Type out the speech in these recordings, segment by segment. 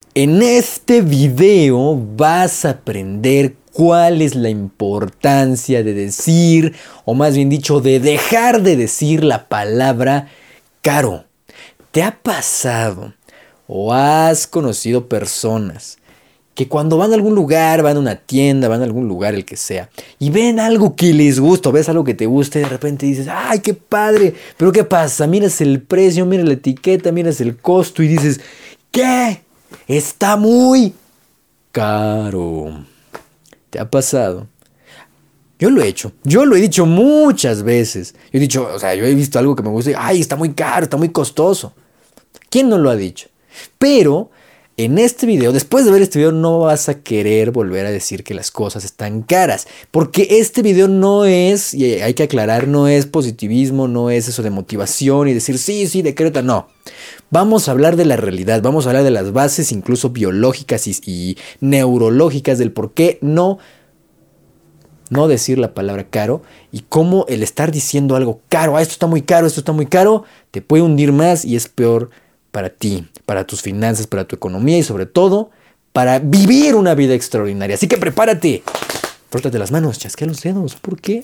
En este video vas a aprender cuál es la importancia de decir, o más bien dicho, de dejar de decir la palabra caro. ¿Te ha pasado o has conocido personas que cuando van a algún lugar, van a una tienda, van a algún lugar, el que sea, y ven algo que les gusta, o ves algo que te gusta y de repente dices, ¡ay, qué padre! Pero ¿qué pasa? Miras el precio, miras la etiqueta, miras el costo y dices, ¿qué? Está muy caro. ¿Te ha pasado? Yo lo he hecho. Yo lo he dicho muchas veces. Yo he dicho, yo he visto algo que me gusta y, ¡ay, está muy caro, está muy costoso! ¿Quién no lo ha dicho? Pero en este video, después de ver este video, no vas a querer volver a decir que las cosas están caras. Porque este video no es, y hay que aclarar, no es positivismo, no es eso de motivación y decir sí, decreta, no. Vamos a hablar de la realidad, vamos a hablar de las bases incluso biológicas y neurológicas del por qué no decir la palabra caro y cómo el estar diciendo algo caro, esto está muy caro, te puede hundir más y es peor para ti, para tus finanzas, para tu economía y sobre todo para vivir una vida extraordinaria. Así que prepárate, frótate las manos, chasquea los dedos, porque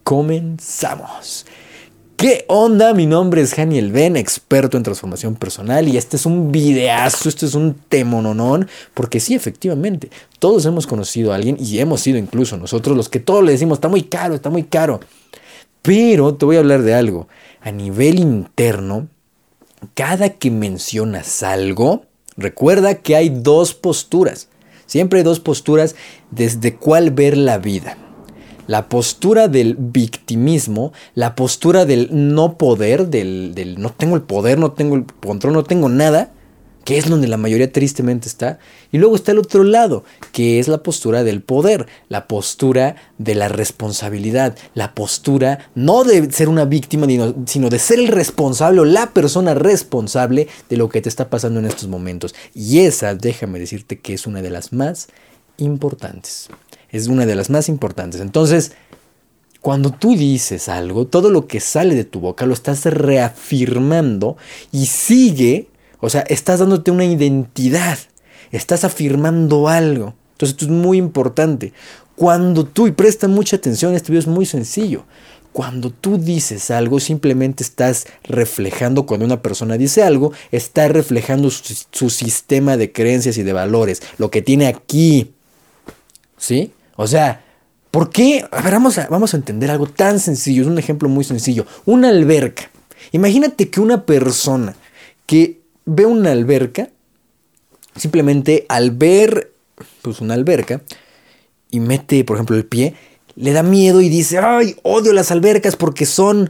comenzamos. ¿Qué onda? Mi nombre es Haniel Ben, experto en transformación personal, y este es un videazo, este es un temononón, porque sí, efectivamente, todos hemos conocido a alguien y hemos sido incluso nosotros los que todos le decimos, está muy caro. Pero te voy a hablar de algo. A nivel interno, cada que mencionas algo, recuerda que hay dos posturas. Siempre hay dos posturas desde cuál ver la vida. La postura del victimismo, la postura del no poder, del no tengo el poder, no tengo el control, no tengo nada, que es donde la mayoría tristemente está. Y luego está el otro lado, que es la postura del poder, la postura de la responsabilidad, la postura no de ser una víctima, sino de ser el responsable o la persona responsable de lo que te está pasando en estos momentos. Y esa, déjame decirte que es una de las más importantes. Es una de las más importantes. Entonces, cuando tú dices algo, todo lo que sale de tu boca lo estás reafirmando y sigue, estás dándote una identidad, estás afirmando algo. Entonces, esto es muy importante. Cuando tú, y presta mucha atención, este video es muy sencillo. Cuando tú dices algo, simplemente estás reflejando, cuando una persona dice algo, está reflejando su sistema de creencias y de valores, lo que tiene aquí. ¿Sí? ¿Por qué? A ver, vamos a entender algo tan sencillo. Es un ejemplo muy sencillo. Una alberca. Imagínate que una persona que ve una alberca, simplemente al ver una alberca y mete, por ejemplo, el pie, le da miedo y dice, ¡ay, odio las albercas porque son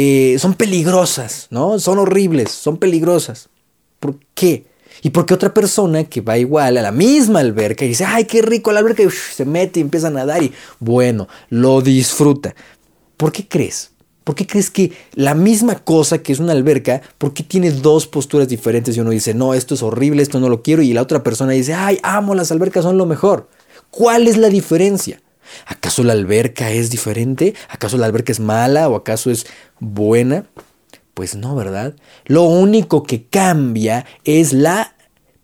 peligrosas, ¿no? Son horribles, son peligrosas. ¿Por qué? Y porque otra persona que va igual a la misma alberca y dice, ¡ay, qué rico la alberca! Y se mete y empieza a nadar y, bueno, lo disfruta. ¿Por qué crees? ¿Por qué crees que la misma cosa que es una alberca, por qué tiene dos posturas diferentes? Y uno dice, no, esto es horrible, esto no lo quiero. Y la otra persona dice, ¡ay, amo las albercas, son lo mejor! ¿Cuál es la diferencia? ¿Acaso la alberca es diferente? ¿Acaso la alberca es mala o acaso es buena? Pues no, ¿verdad? Lo único que cambia es la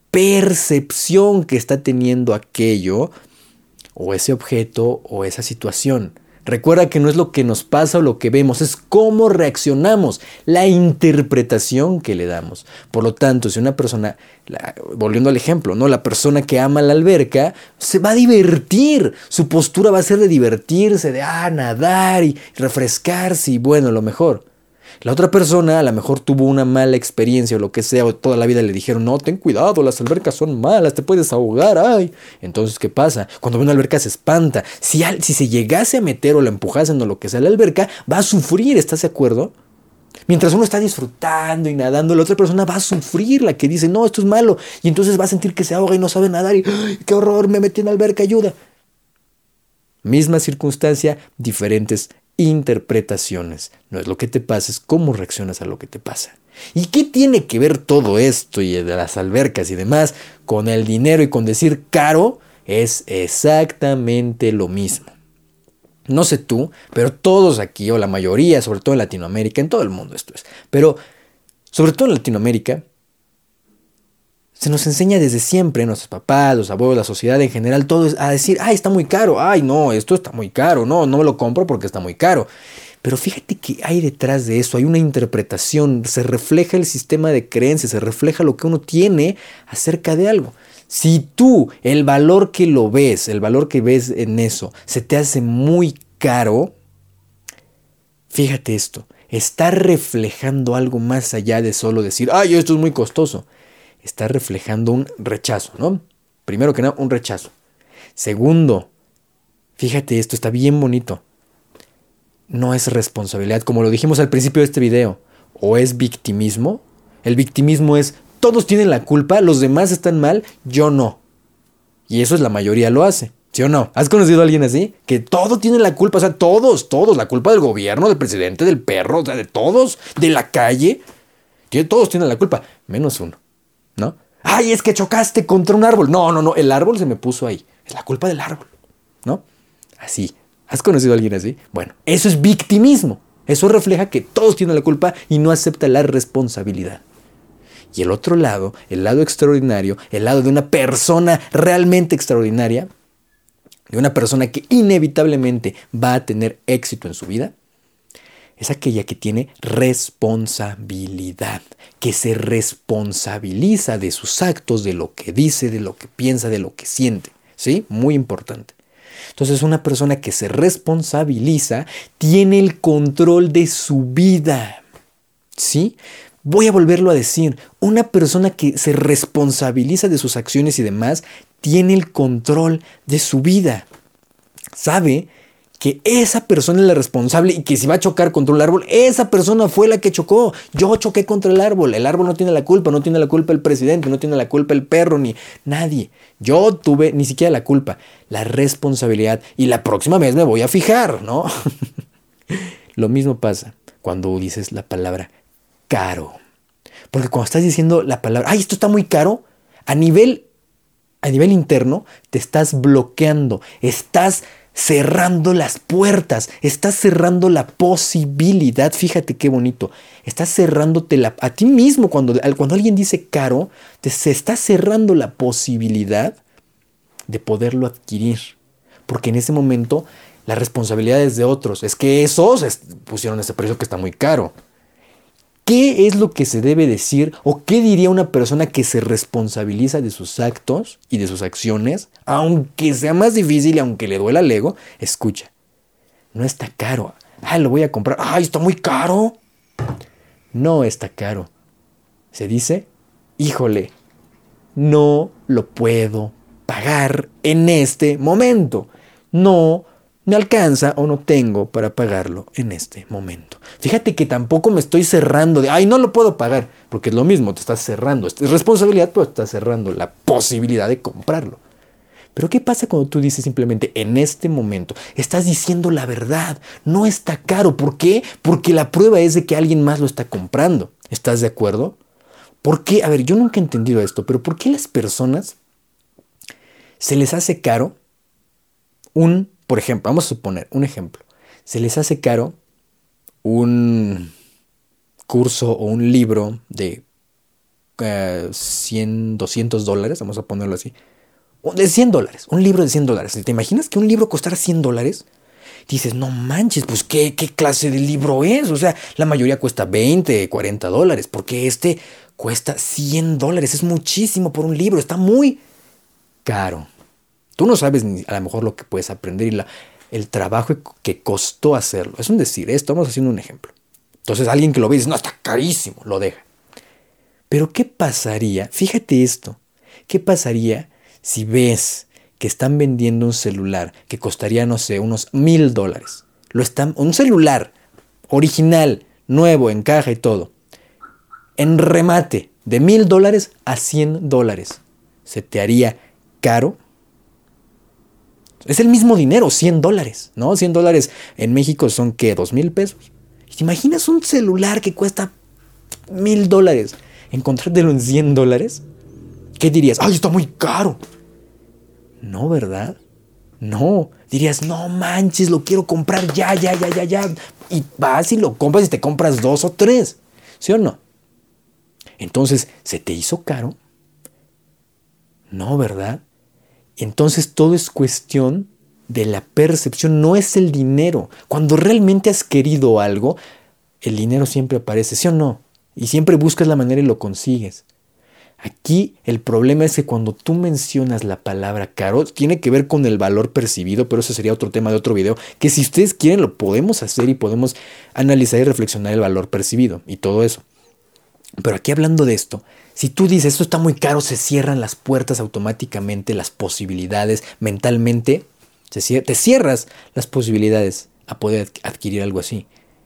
percepción que está teniendo aquello, o ese objeto, o esa situación. Recuerda que no es lo que nos pasa o lo que vemos, es cómo reaccionamos, la interpretación que le damos. Por lo tanto, si una persona, volviendo al ejemplo, ¿no? La persona que ama la alberca se va a divertir, su postura va a ser de divertirse, de nadar y refrescarse y bueno, lo mejor. La otra persona a lo mejor tuvo una mala experiencia o lo que sea, o toda la vida le dijeron, no, ten cuidado, las albercas son malas, te puedes ahogar, ¡ay! Entonces, ¿qué pasa? Cuando ve una alberca se espanta. Si se llegase a meter o la empujasen o lo que sea la alberca, va a sufrir, ¿estás de acuerdo? Mientras uno está disfrutando y nadando, la otra persona va a sufrir, la que dice, no, esto es malo, y entonces va a sentir que se ahoga y no sabe nadar y, ¡ay, qué horror, me metí en la alberca, ayuda! Misma circunstancia, diferentes interpretaciones. No es lo que te pasa, es cómo reaccionas a lo que te pasa. ¿Y qué tiene que ver todo esto y de las albercas y demás con el dinero y con decir caro? Es exactamente lo mismo. No sé tú, pero todos aquí, o la mayoría, sobre todo en Latinoamérica, en todo el mundo esto es, pero sobre todo en Latinoamérica, Se nos enseña desde siempre, nuestros papás, los abuelos, la sociedad en general, todo es a decir, ay, está muy caro, ay, no, esto está muy caro, no, no me lo compro porque está muy caro. Pero fíjate que hay detrás de eso, hay una interpretación, se refleja el sistema de creencias, se refleja lo que uno tiene acerca de algo. Si tú, el valor que lo ves, el valor que ves en eso, se te hace muy caro, fíjate esto, está reflejando algo más allá de solo decir, ay, esto es muy costoso. Está reflejando un rechazo, ¿no? Primero que nada, un rechazo. Segundo, fíjate esto, está bien bonito. No es responsabilidad, como lo dijimos al principio de este video. O es victimismo. El victimismo es, todos tienen la culpa, los demás están mal, yo no. Y eso es la mayoría lo hace, ¿sí o no? ¿Has conocido a alguien así? Que todo tiene la culpa, o sea, todos, la culpa del gobierno, del presidente, del perro, o sea, de todos, de la calle. Todos tienen la culpa, menos uno. ¿No? Ay, es que chocaste contra un árbol. No, el árbol se me puso ahí. Es la culpa del árbol, ¿no? Así. ¿Has conocido a alguien así? Bueno, eso es victimismo. Eso refleja que todos tienen la culpa y no acepta la responsabilidad. Y el otro lado, el lado extraordinario, el lado de una persona realmente extraordinaria, de una persona que inevitablemente va a tener éxito en su vida, es aquella que tiene responsabilidad, que se responsabiliza de sus actos, de lo que dice, de lo que piensa, de lo que siente. ¿Sí? Muy importante. Entonces, una persona que se responsabiliza tiene el control de su vida. ¿Sí? Voy a volverlo a decir. Una persona que se responsabiliza de sus acciones y demás tiene el control de su vida. Sabe que esa persona es la responsable y que si va a chocar contra un árbol, esa persona fue la que chocó. Yo choqué contra el árbol no tiene la culpa, no tiene la culpa el presidente, no tiene la culpa el perro, ni nadie. Yo tuve ni siquiera la culpa, la responsabilidad y la próxima vez me voy a fijar, ¿no? Lo mismo pasa cuando dices la palabra caro. Porque cuando estás diciendo la palabra, ay, esto está muy caro, a nivel interno te estás bloqueando, estás cerrando las puertas, estás cerrando la posibilidad. Fíjate qué bonito, estás cerrándote a ti mismo. Cuando alguien dice caro, se está cerrando la posibilidad de poderlo adquirir, porque en ese momento la responsabilidad es de otros. Es que esos pusieron ese precio que está muy caro. ¿Qué es lo que se debe decir o qué diría una persona que se responsabiliza de sus actos y de sus acciones, aunque sea más difícil y aunque le duela el ego? Escucha, no está caro. Ay, lo voy a comprar. Ay, está muy caro. No está caro. Se dice, híjole, no lo puedo pagar en este momento. No me alcanza o no tengo para pagarlo en este momento. Fíjate que tampoco me estoy cerrando de, ay, no lo puedo pagar, porque es lo mismo, te estás cerrando. Es responsabilidad, pero estás cerrando la posibilidad de comprarlo. Pero ¿qué pasa cuando tú dices simplemente en este momento? Estás diciendo la verdad, no está caro. ¿Por qué? Porque la prueba es de que alguien más lo está comprando. ¿Estás de acuerdo? ¿Por qué? A ver, yo nunca he entendido esto, pero ¿por qué a las personas se les hace caro por ejemplo, vamos a suponer un ejemplo, se les hace caro un curso o un libro de $100, $200, vamos a ponerlo así, de $100, un libro de $100. ¿Te imaginas que un libro costara $100? Dices, no manches, pues ¿qué clase de libro es? O sea, la mayoría cuesta $20, $40, porque este cuesta $100, es muchísimo por un libro, está muy caro. Tú no sabes ni a lo mejor lo que puedes aprender y el trabajo que costó hacerlo. Es un decir, estamos haciendo un ejemplo. Entonces alguien que lo ve dice, no, está carísimo, lo deja. Pero ¿qué pasaría? Fíjate esto. ¿Qué pasaría si ves que están vendiendo un celular que costaría, no sé, unos $1,000? Un celular original, nuevo, en caja y todo. En remate, de $1,000 a $100. ¿Se te haría caro? Es el mismo dinero, $100, ¿no? $100 en México son, ¿qué? $2,000 pesos. ¿Te imaginas un celular que cuesta $1,000? ¿Encontrártelo en $100? ¿Qué dirías? ¡Ay, está muy caro! No, ¿verdad? No. Dirías, no manches, lo quiero comprar ya. Y vas y lo compras y te compras 2 o 3. ¿Sí o no? Entonces, ¿se te hizo caro? No, ¿verdad? Entonces todo es cuestión de la percepción, no es el dinero. Cuando realmente has querido algo, el dinero siempre aparece, ¿sí o no? Y siempre buscas la manera y lo consigues. Aquí el problema es que cuando tú mencionas la palabra caro, tiene que ver con el valor percibido, pero eso sería otro tema de otro video, que si ustedes quieren lo podemos hacer y podemos analizar y reflexionar el valor percibido y todo eso. Pero aquí hablando de esto, si tú dices esto está muy caro, se cierran las puertas automáticamente, las posibilidades mentalmente, te cierras las posibilidades a poder adquirir algo así.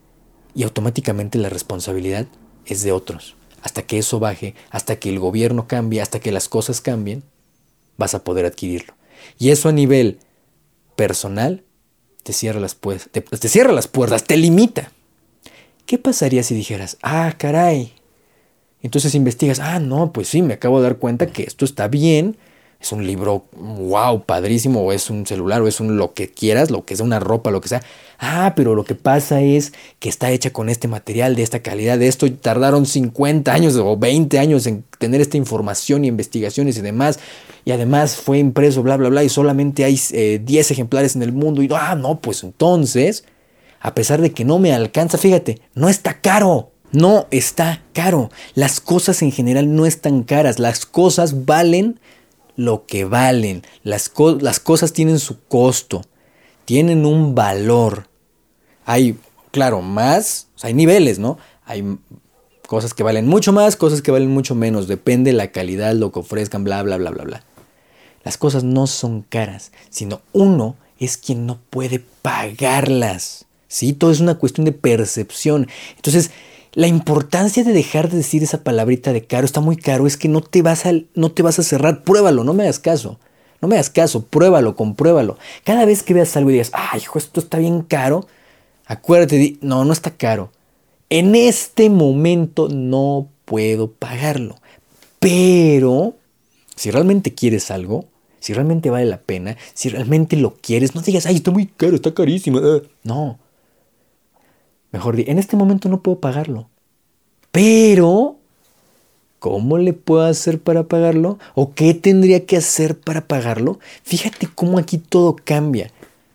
Y automáticamente la responsabilidad es de otros. Hasta que eso baje, hasta que el gobierno cambie, hasta que las cosas cambien, vas a poder adquirirlo. Y eso a nivel personal te cierra las puertas, te limita. ¿Qué pasaría si dijeras, ah, caray? Entonces investigas, ah, no, pues sí, me acabo de dar cuenta que esto está bien, es un libro, wow, padrísimo, o es un celular, o es un lo que quieras, lo que sea, una ropa, lo que sea. Ah, pero lo que pasa es que está hecha con este material, de esta calidad, de esto, y tardaron 50 años o 20 años en tener esta información y investigaciones y demás, y además fue impreso, bla, bla, bla, y solamente hay 10 ejemplares en el mundo, y no, pues entonces, a pesar de que no me alcanza, fíjate, no está caro. No está caro. Las cosas en general no están caras. Las cosas valen lo que valen. Las cosas tienen su costo. Tienen un valor. Hay, claro, más. O sea, hay niveles, ¿no? Hay cosas que valen mucho más, cosas que valen mucho menos. Depende de la calidad, lo que ofrezcan, bla, bla, bla, bla, bla. Las cosas no son caras, sino uno es quien no puede pagarlas. ¿Sí? Todo es una cuestión de percepción. Entonces, la importancia de dejar de decir esa palabrita de caro, está muy caro, es que no te vas a cerrar. Pruébalo, no me hagas caso. No me hagas caso, pruébalo, compruébalo. Cada vez que veas algo y digas, ay, hijo, esto está bien caro, acuérdate, no está caro. En este momento no puedo pagarlo. Pero, si realmente quieres algo, si realmente vale la pena, si realmente lo quieres, no digas, ay, está muy caro, está carísimo. No. Mejor di, en este momento no puedo pagarlo. Pero, ¿cómo le puedo hacer para pagarlo? ¿O qué tendría que hacer para pagarlo? Fíjate cómo aquí todo cambia.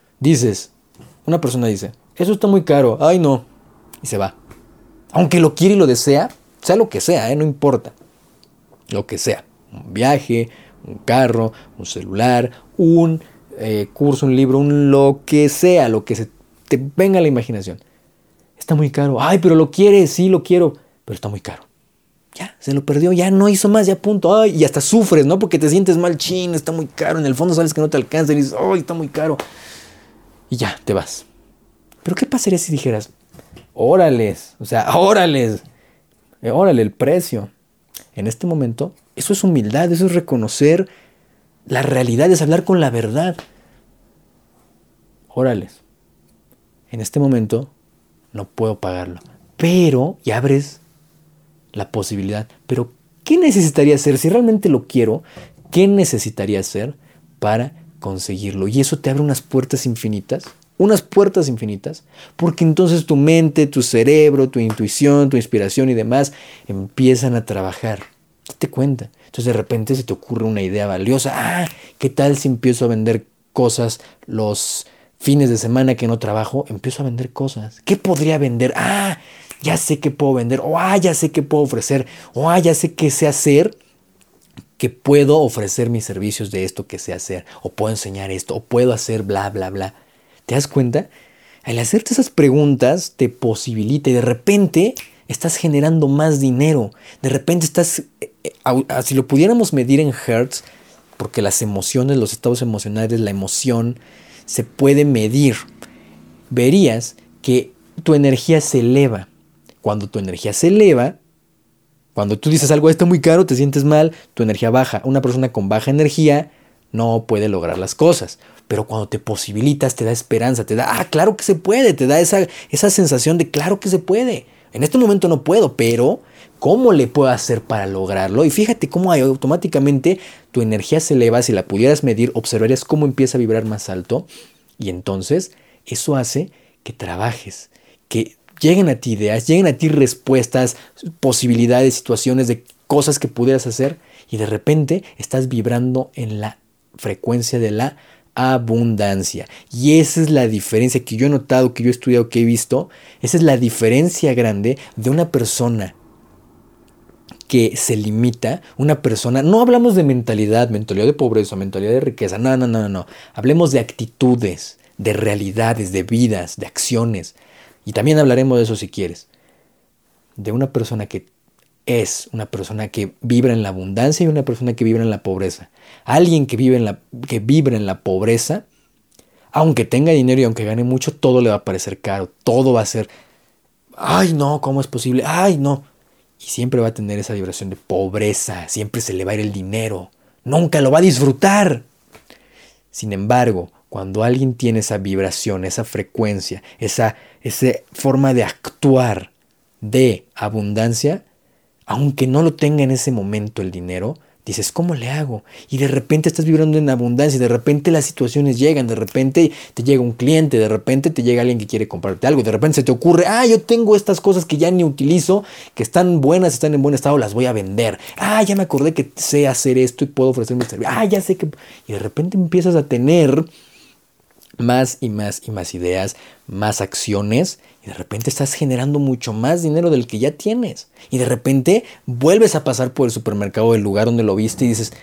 Una persona dice, eso está muy caro, ay no, y se va. Aunque lo quiere y lo desea, sea lo que sea, no importa. Lo que sea, un viaje, un carro, un celular, un curso, un libro, un lo que sea, lo que se te venga a la imaginación. Está muy caro. Ay, pero lo quiere, sí lo quiero, pero está muy caro. Ya, se lo perdió, ya no hizo más, ya punto. Ay, y hasta sufres, ¿no? Porque te sientes mal, chin, está muy caro. En el fondo sabes que no te alcanza y dices, ay, está muy caro. Y ya, te vas. Pero ¿qué pasaría si dijeras, órales, órale el precio? En este momento, eso es humildad, eso es reconocer la realidad, es hablar con la verdad. Órales, en este momento no puedo pagarlo. Pero, y abres la posibilidad. Pero, ¿qué necesitaría hacer? Si realmente lo quiero, ¿qué necesitaría hacer para conseguirlo? Y eso te abre unas puertas infinitas. Porque entonces tu mente, tu cerebro, tu intuición, tu inspiración y demás empiezan a trabajar. Date cuenta. Entonces de repente se te ocurre una idea valiosa. Ah, ¿qué tal si empiezo a vender cosas los fines de semana que no trabajo? Empiezo a vender cosas. ¿Qué podría vender? Ah, ya sé qué puedo vender. O ya sé qué puedo ofrecer. O ya sé qué sé hacer, que puedo ofrecer mis servicios de esto que sé hacer. O puedo enseñar esto. O puedo hacer bla, bla, bla. ¿Te das cuenta? Al hacerte esas preguntas te posibilita y de repente estás generando más dinero. De repente estás, si lo pudiéramos medir en hertz, porque las emociones, los estados emocionales, la emoción se puede medir. Verías que tu energía se eleva. Cuando tu energía se eleva, cuando tú dices algo está muy caro, te sientes mal, tu energía baja. Una persona con baja energía no puede lograr las cosas. Pero cuando te posibilitas, te da esperanza, te da, claro que se puede, te da esa sensación de claro que se puede. En este momento no puedo, pero ¿cómo le puedo hacer para lograrlo? Y fíjate cómo automáticamente tu energía se eleva. Si la pudieras medir, observarías cómo empieza a vibrar más alto. Y entonces eso hace que trabajes, que lleguen a ti ideas, lleguen a ti respuestas, posibilidades, situaciones de cosas que pudieras hacer y de repente estás vibrando en la frecuencia de la abundancia. Y esa es la diferencia que yo he notado, que yo he estudiado, que he visto. Esa es la diferencia grande de una persona que se limita, una persona, no hablamos de mentalidad de pobreza, mentalidad de riqueza, no. Hablemos de actitudes, de realidades, de vidas, de acciones. Y también hablaremos de eso si quieres. De una persona que es una persona que vibra en la abundancia y una persona que vibra en la pobreza. Alguien que vibra en la pobreza, aunque tenga dinero y aunque gane mucho, todo le va a parecer caro. Todo va a ser, ay no, ¿cómo es posible? Ay no. Y siempre va a tener esa vibración de pobreza. Siempre se le va a ir el dinero. Nunca lo va a disfrutar. Sin embargo, cuando alguien tiene esa vibración, esa frecuencia, esa forma de actuar de abundancia, aunque no lo tenga en ese momento el dinero, dices, ¿cómo le hago? Y de repente estás vibrando en abundancia, de repente las situaciones llegan, de repente te llega un cliente, de repente te llega alguien que quiere comprarte algo, de repente se te ocurre, yo tengo estas cosas que ya ni utilizo, que están buenas, están en buen estado, las voy a vender. Ya me acordé que sé hacer esto y puedo ofrecer mi servicio. Ya sé que... Y de repente empiezas a tener más y más y más ideas, más acciones, y de repente estás generando mucho más dinero del que ya tienes. Y de repente vuelves a pasar por el supermercado del lugar donde lo viste y dices,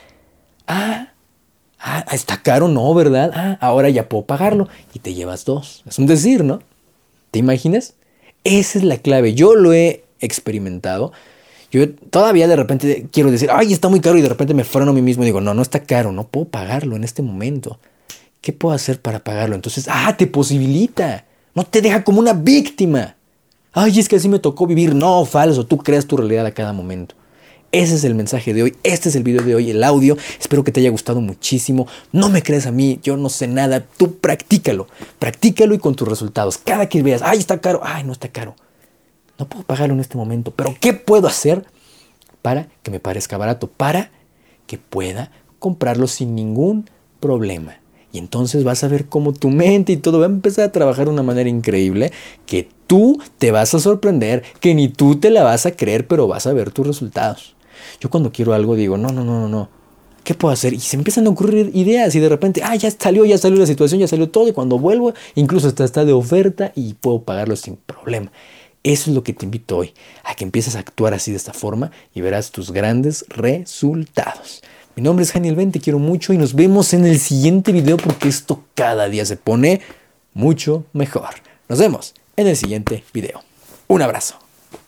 está caro, ¿no? ¿Verdad? Ahora ya puedo pagarlo. Y te llevas 2. Es un decir, ¿no? ¿Te imaginas? Esa es la clave. Yo lo he experimentado. Yo todavía de repente quiero decir, está muy caro, y de repente me freno a mí mismo y digo, no está caro, no puedo pagarlo en este momento. ¿Qué puedo hacer para pagarlo? Entonces, te posibilita. No te deja como una víctima. Es que así me tocó vivir. No, falso. Tú creas tu realidad a cada momento. Ese es el mensaje de hoy. Este es el video de hoy, el audio. Espero que te haya gustado muchísimo. No me creas a mí. Yo no sé nada. Tú practícalo. Practícalo y con tus resultados. Cada que veas, está caro. No está caro. No puedo pagarlo en este momento. Pero ¿qué puedo hacer para que me parezca barato? Para que pueda comprarlo sin ningún problema. Y entonces vas a ver cómo tu mente y todo va a empezar a trabajar de una manera increíble, que tú te vas a sorprender, que ni tú te la vas a creer, pero vas a ver tus resultados. Yo cuando quiero algo digo, no. ¿Qué puedo hacer? Y se empiezan a ocurrir ideas y de repente, ya salió la situación, ya salió todo. Y cuando vuelvo, incluso está de oferta y puedo pagarlo sin problema. Eso es lo que te invito hoy, a que empieces a actuar así de esta forma y verás tus grandes resultados. Mi nombre es Haniel, te quiero mucho y nos vemos en el siguiente video, porque esto cada día se pone mucho mejor. Nos vemos en el siguiente video. Un abrazo.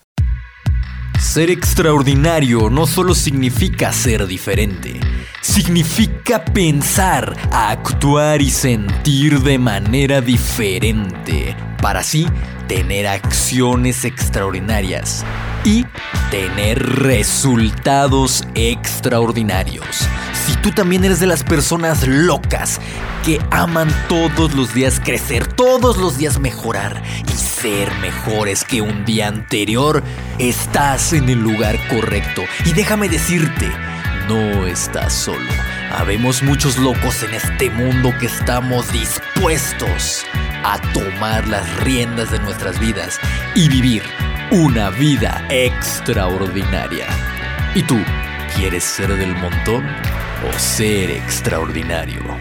Ser extraordinario no solo significa ser diferente, significa pensar, actuar y sentir de manera diferente, para así tener acciones extraordinarias y tener resultados extraordinarios. Si tú también eres de las personas locas que aman todos los días crecer, todos los días mejorar y ser mejores que un día anterior, estás en el lugar correcto. Y déjame decirte, no estás solo. Habemos muchos locos en este mundo que estamos dispuestos a tomar las riendas de nuestras vidas y vivir una vida extraordinaria. ¿Y tú, quieres ser del montón o ser extraordinario?